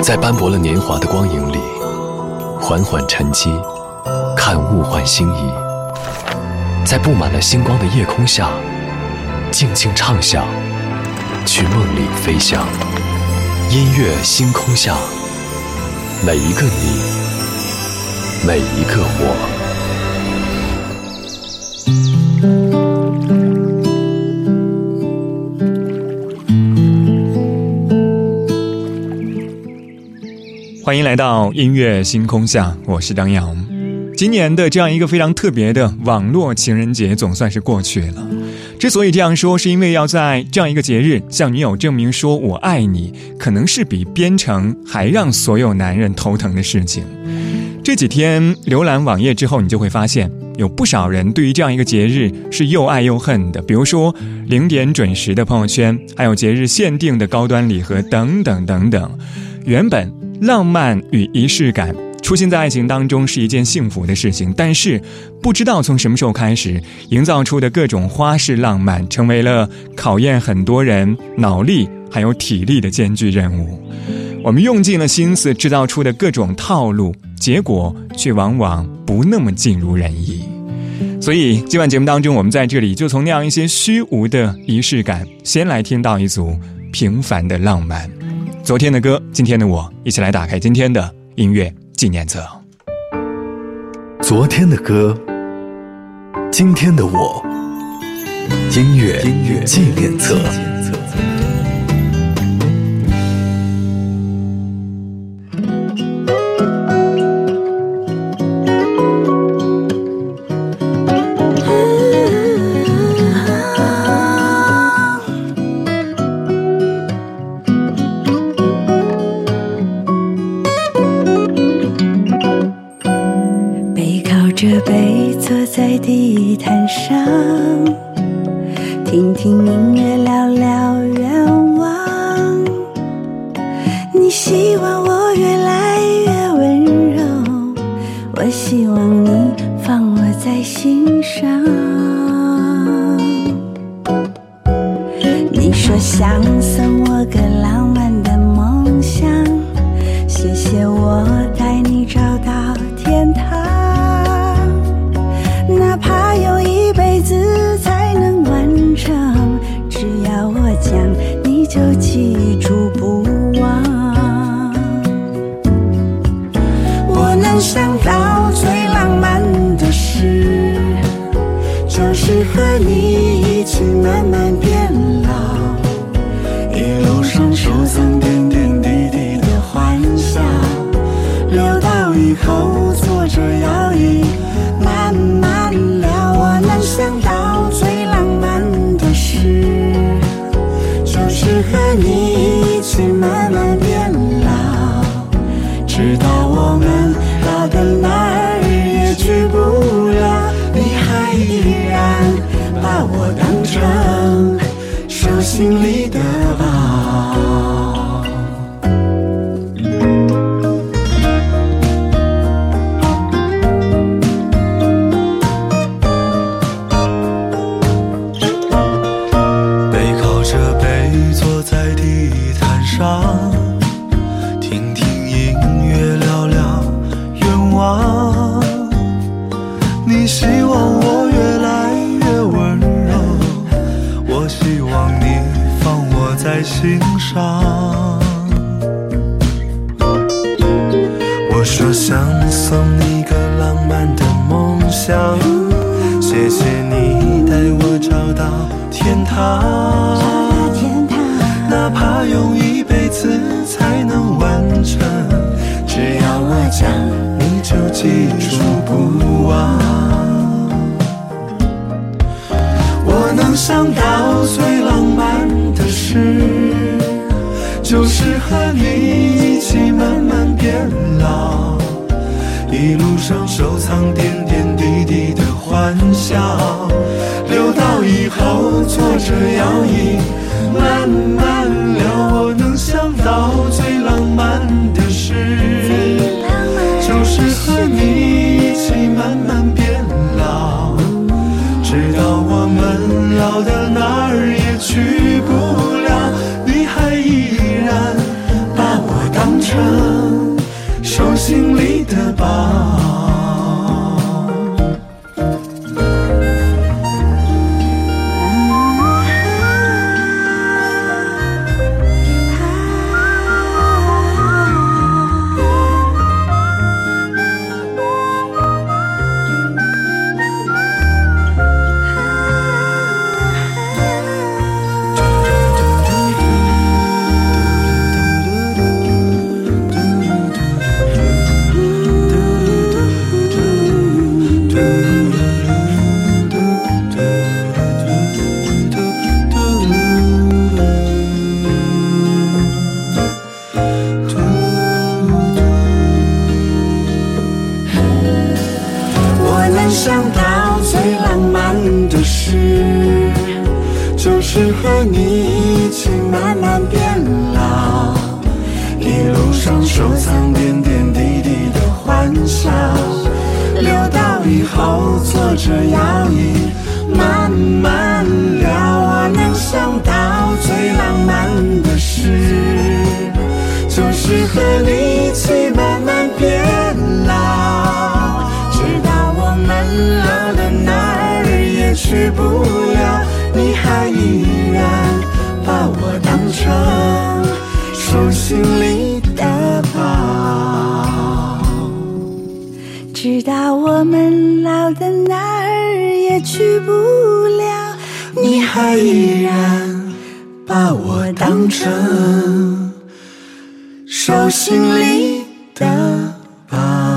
在斑驳了年华的光影里，缓缓沉积，看物换星移。在布满了星光的夜空下，静静畅想，去梦里飞翔。音乐星空下，每一个你，每一个我。 欢迎来到音乐星空下，我是张扬。今年的这样一个非常特别的网络情人节总算是过去了。之所以这样说，是因为要在这样一个节日向女友证明说我爱你，可能是比编程还让所有男人头疼的事情。这几天浏览网页之后，你就会发现有不少人对于这样一个节日是又爱又恨的，比如说0点准时的朋友圈，还有节日限定的高端礼盒等等等等。原本浪漫与仪式感出现在爱情当中是一件幸福的事情，但是不知道从什么时候开始，营造出的各种花式浪漫成为了考验很多人脑力还有体力的艰巨任务。我们用尽了心思制造出的各种套路，结果却往往不那么尽如人意。所以今晚节目当中，我们在这里就从那样一些虚无的仪式感，先来听到一组平凡的浪漫。昨天的歌，今天的我，一起来打开今天的音乐纪念册。 昨天的歌，今天的我，音乐纪念册。 这杯坐在地毯上，听听音乐，聊聊愿望。你希望我越来越温柔，我希望你放我在心上。你说想送我个浪漫的梦想，谢谢我带你找到天堂。哪怕用一辈子才能完成，只要我讲，你就记住不忘。我能想到最浪漫的事，就是和你一起慢慢变老，一路上收藏点点滴滴的欢笑，留到以后坐着摇椅慢慢聊。我能想到最浪漫的事，就是和你一起慢慢变老，直到我们老的哪儿也去不了，你还依然把我当成手心里的宝。 听听音乐，聊聊愿望。你希望我越来越温柔，我希望你放我在心上。我说想送你个浪漫的梦想，谢谢你带我找到天堂。哪怕用一辈子才能完成，只要我讲，你就记住不忘。我能想到最浪漫的事，就是和你一起慢慢变老，一路上收藏点点滴滴的欢笑，留到以后坐着摇椅慢慢聊。我能想到最浪漫的事，就是和你一起慢慢变老，直到我们老的哪儿也去不了，你还依然把当成手心里的宝。 想到最浪漫的事，就是和你一起慢慢变老，一路上收藏点点滴滴的欢笑，留到以后坐着摇椅慢慢聊。我能想到最浪漫的事，就是和你一起慢慢变老，老的哪儿也去不了，你还依然把我当成手心里的宝。直到我们老的哪儿也去不了，你还依然把我当成手心里的宝。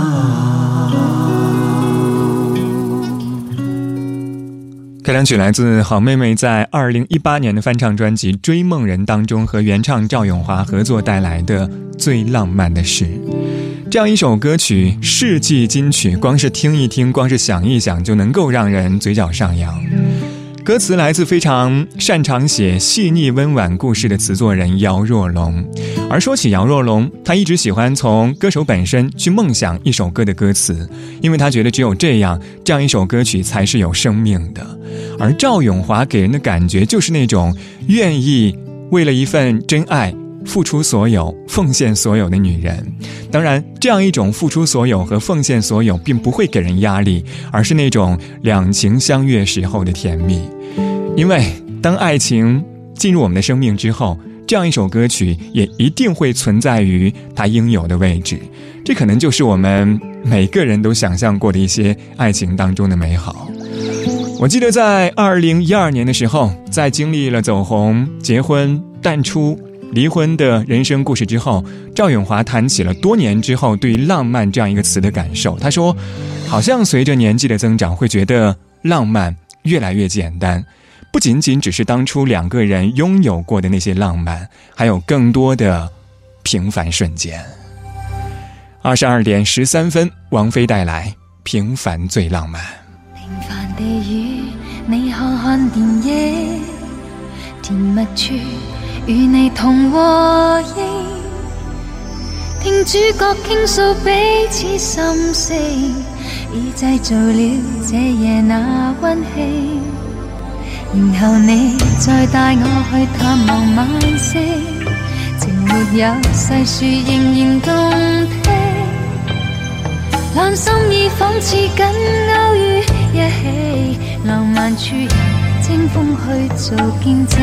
开场曲来自好妹妹在2018年的翻唱专辑《追梦人》当中和原唱赵咏华合作带来的《最浪漫的事》。这样一首歌曲，世纪金曲，光是听一听，光是想一想，就能够让人嘴角上扬。歌词来自非常擅长写细腻温婉故事的词作人姚若龙。而说起姚若龙，他一直喜欢从歌手本身去梦想一首歌的歌词，因为他觉得只有这样一首歌曲才是有生命的。而赵咏华给人的感觉就是那种愿意为了一份真爱付出所有、奉献所有的女人。当然，这样一种付出所有和奉献所有并不会给人压力，而是那种两情相悦时候的甜蜜。因为当爱情进入我们的生命之后，这样一首歌曲也一定会存在于它应有的位置。这可能就是我们每个人都想象过的一些爱情当中的美好。我记得在2012年的时候，在经历了走红、结婚、淡出、离婚的人生故事之后，赵咏华谈起了多年之后对于浪漫这样一个词的感受。他说，好像随着年纪的增长，会觉得浪漫越来越简单，不仅仅只是当初两个人拥有过的那些浪漫，还有更多的平凡瞬间。22点13分，王菲带来《平凡最浪漫》。 平凡地與你看看電影，甜蜜處與你同和應，聽主角傾訴彼此心聲，已製造了這夜那溫馨。然後你再帶我去探望晚星，情沒有細說仍然動聽，攬心意仿似緊勾於一起，浪漫處由清風去做見證，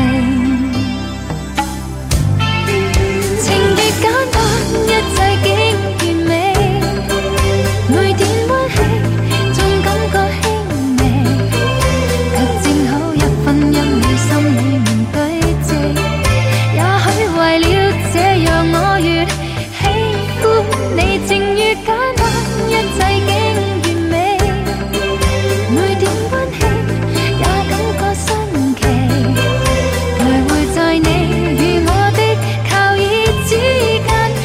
情越簡單一切竟完美，每點溫馨總感覺輕微，卻正好一分音與心裡面對峙，也許為了這樣我越喜歡你，情越簡單一切竟完美，每點溫馨也感覺新奇，徘徊在你與我的靠椅之間。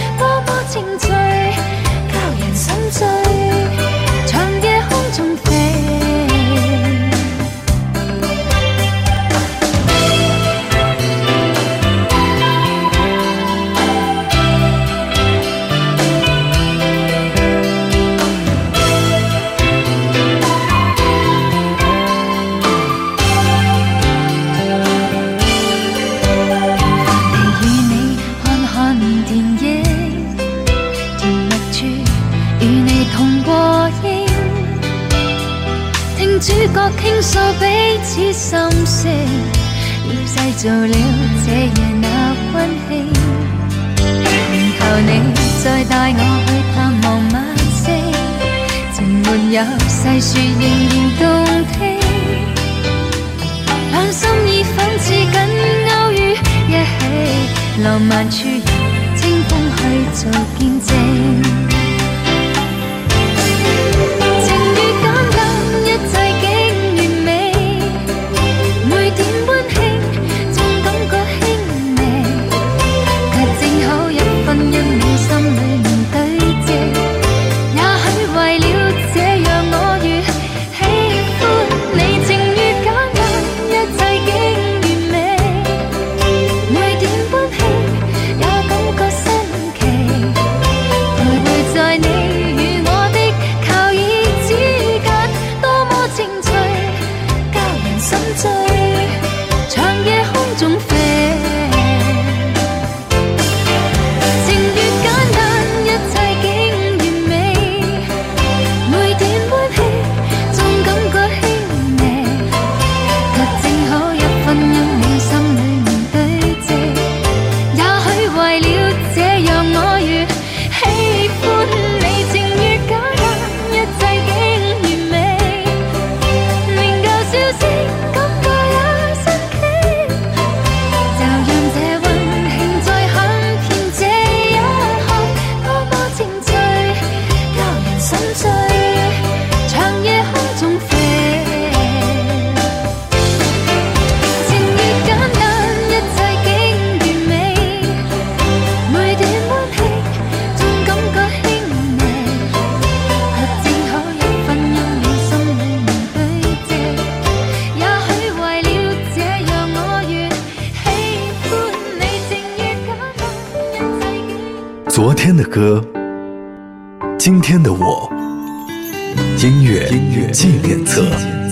主角傾訴彼此心聲，要製造了這夜那溫馨。然後你再帶我去探望晚星，情沒有細說仍然動聽。兩心意仿似緊勾於一起，浪漫處由清風去做見證。 昨天的歌，今天的我，音乐纪念册。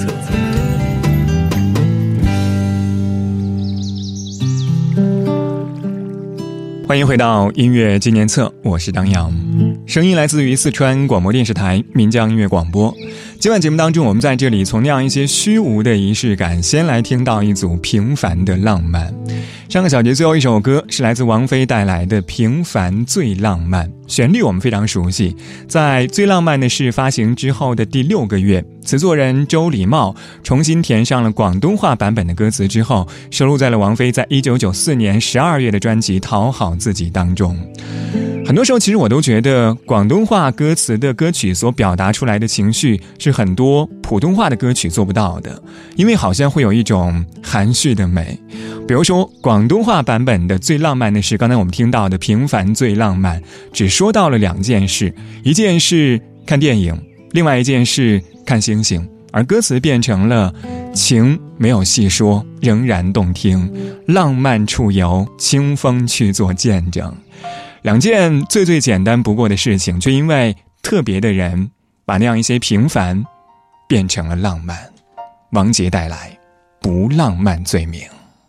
欢迎回到音乐纪念册，我是当阳，声音来自于四川广播电视台岷江音乐广播。今晚节目当中，我们在这里从那样一些虚无的仪式感，先来听到一组平凡的浪漫。上个小节最后一首歌是来自王菲带来的《平凡最浪漫》，旋律我们非常熟悉。在《最浪漫的事》发行之后的第6个月，词作人周礼茂重新填上了广东话版本的歌词之后，收录在了王菲在1994年12月的专辑《讨好自己》当中。很多时候其实我都觉得广东话歌词的歌曲所表达出来的情绪是很多普通话的歌曲做不到的，因为好像会有一种含蓄的美。比如说广东话版本的最浪漫的事，刚才我们听到的平凡最浪漫只说到了2件事，一件是看电影，另外一件是看星星，而歌词变成了情没有细说仍然动听，浪漫处由清风去做见证。2件最简单不过的事情，却因为特别的人把那样一些平凡变成了浪漫。王杰带来不浪漫罪名。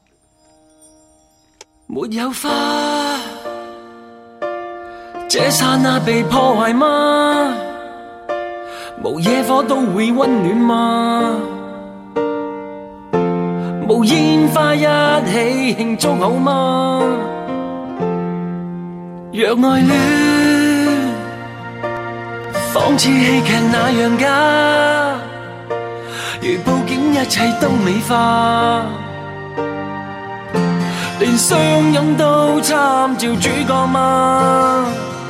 没有花，这刹那被破坏吗？无野火都会温暖吗？无烟花一起庆祝好吗？若爱戀仿似戲劇那樣假，如佈景一切都美化，連相擁都參照主角嗎？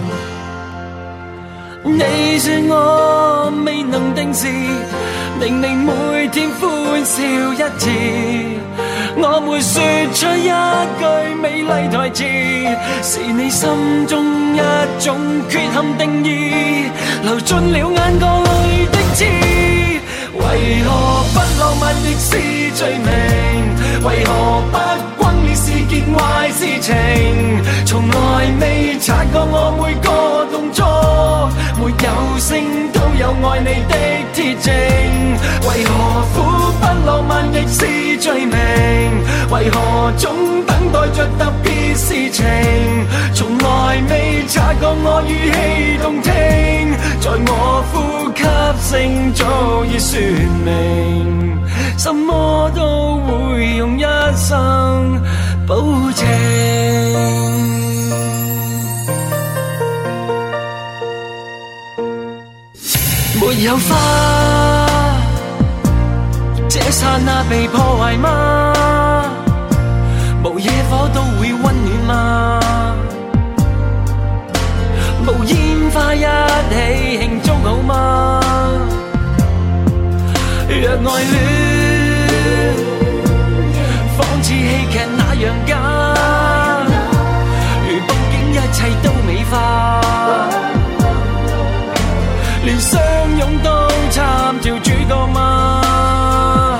你說我未能定時，明明每天歡笑一次，我沒說出一句美麗台詞，是你心中一種缺陷定義，流進了眼角裏的刺。為何不浪漫亦是罪名？為何不轟烈是件壞事情？從來未察覺我每個動作沒有聲都有愛你的鐵證。為何苦不浪漫亦是罪名？為何總等待着特別事情？從來未察覺我語氣動聽，在我呼吸性早已說明，什麼都會用一生保證。沒有花，這剎那被破壞嗎？無野火都會溫暖嗎？無煙花一起慶祝好嗎？若愛戀仿似戲劇那樣假，如布景一切都美化，連相擁都參照主角嗎？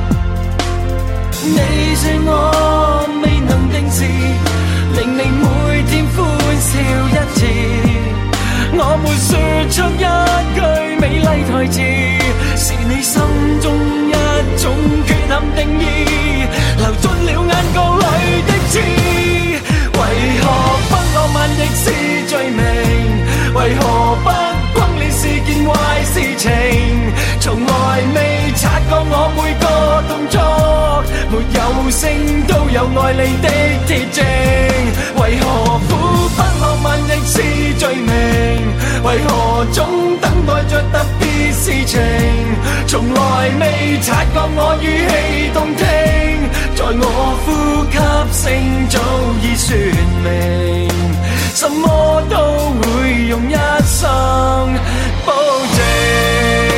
你說我未能定時，令你每天歡笑一次，我沒說出一句美麗台詞，是你心中一種缺陷定義，流進了眼角裏的刺。為何不浪漫亦是罪名？為何不轟烈是件壞事情？從來未察覺我每個動作沒有聲都有愛你的鐵證。為何苦不浪漫亦是罪名？為何總等待着特別事情？從來未察覺我語氣動聽，在我呼吸聲早已說明，什麼都會用一生保證。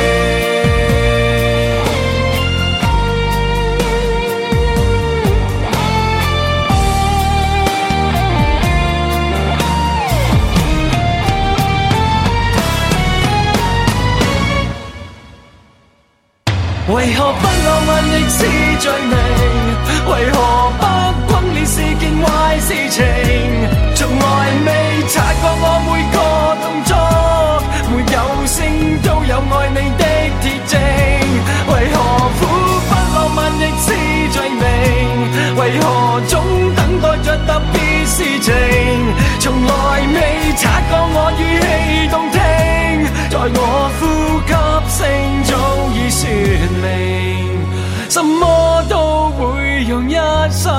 為何不浪漫亦是罪名？為何不轟烈是件壞事情？從來未察覺我每個動作沒有聲都有愛你的鐵證。為何苦不浪漫亦是罪名？為何總等待着特別事情？從來未察覺我語氣動聽，在我呼吸聲早已說明，什麼都會用一生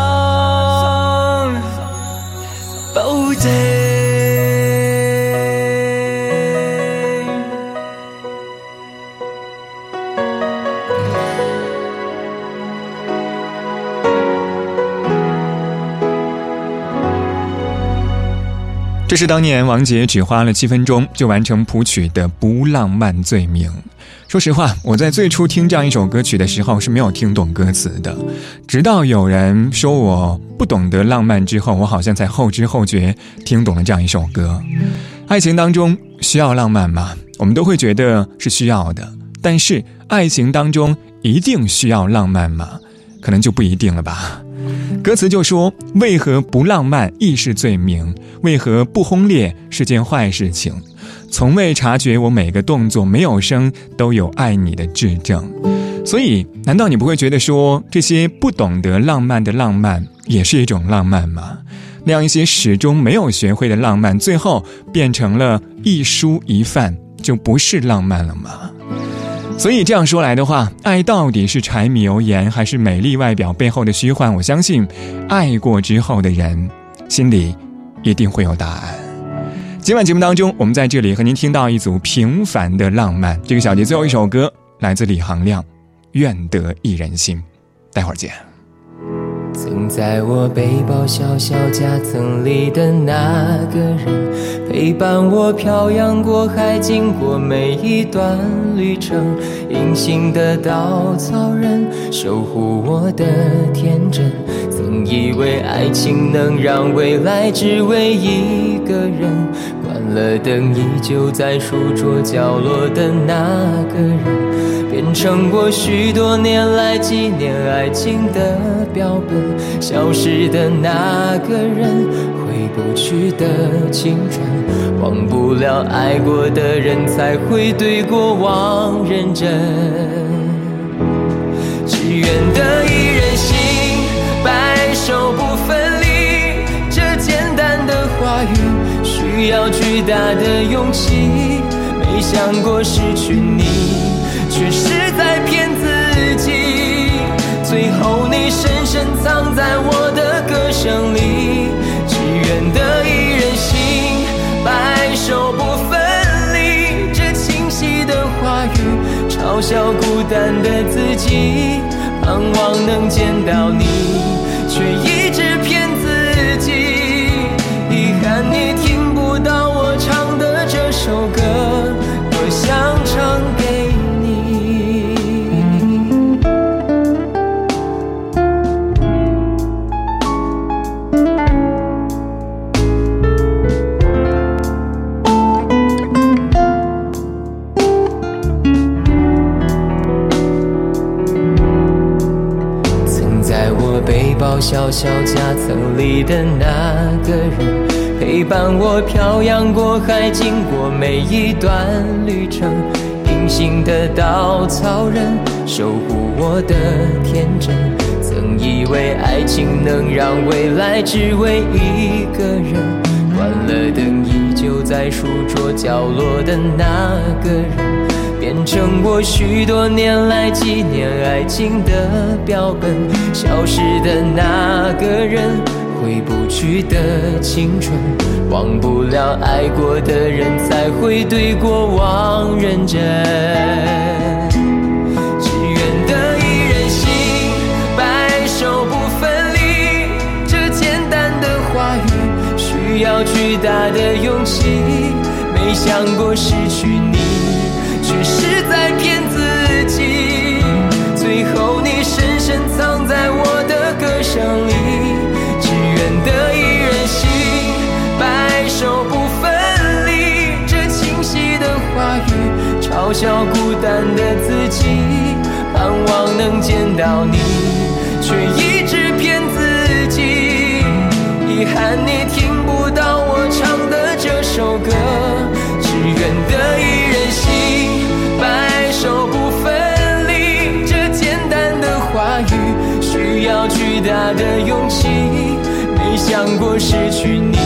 保證。 这是当年王杰只花了7分钟就完成谱曲的《不浪漫罪名》。说实话，我在最初听这样一首歌曲的时候是没有听懂歌词的，直到有人说我不懂得浪漫之后，我好像才后知后觉听懂了这样一首歌。爱情当中需要浪漫吗？我们都会觉得是需要的，但是爱情当中一定需要浪漫吗？可能就不一定了吧。歌词就说，为何不浪漫亦是罪名，为何不轰烈是件坏事情，从未察觉我每个动作没有声都有爱你的质证。所以难道你不会觉得说，这些不懂得浪漫的浪漫也是一种浪漫吗？那样一些始终没有学会的浪漫，最后变成了一蔬一饭，就不是浪漫了吗？所以这样说来的话，爱到底是柴米油盐还是美丽外表背后的虚幻？我相信爱过之后的人心里一定会有答案。今晚节目当中，我们在这里和您听到一组平凡的浪漫。这个小节最后一首歌来自李行亮，愿得一人心。待会儿见。 曾在我背包小小夹层里的那个人，陪伴我漂洋过海，经过每一段旅程。隐形的稻草人，守护我的天真。曾以为爱情能让未来只为一个人，关了灯依旧在书桌角落的那个人，变成我许多年来纪念爱情的标本。消失的那个人，回不去的青春，忘不了爱过的人，才会对过往认真。只愿得一人心，白首不分离，这简单的话语需要巨大的勇气。没想过失去你， 却是在骗自己。最后你深深藏在我的歌声里，只愿得一人心，白首不分离。这清晰的话语嘲笑孤单的自己，盼望能见到你，却一直骗自己。遗憾你听不到我唱的这首歌，多想唱给你。曾在我背包小小夹层里的那个人，陪伴我漂洋过海，经过每一段旅程。隐形的稻草人，守护我的天真。曾以为爱情能让未来只为一个人，关了灯依旧在书桌角落的那个人，变成我许多年来纪念爱情的标本。消失的那个人，回不去的青春，忘不了爱过的人，才会对过往认真。只愿得一人心，白首不分离。这简单的话语，需要巨大的勇气。没想过失去你，却是在骗自己。最后你深深藏在我的歌声里，只愿得一人心，白首不分离。这清晰的话语嘲笑孤单的自己，盼望能见到你，却一直骗自己。遗憾你听不到我唱的这首歌，只愿得一人心，白首不分离。这简单的话语需要巨大的勇气，没想过失去你，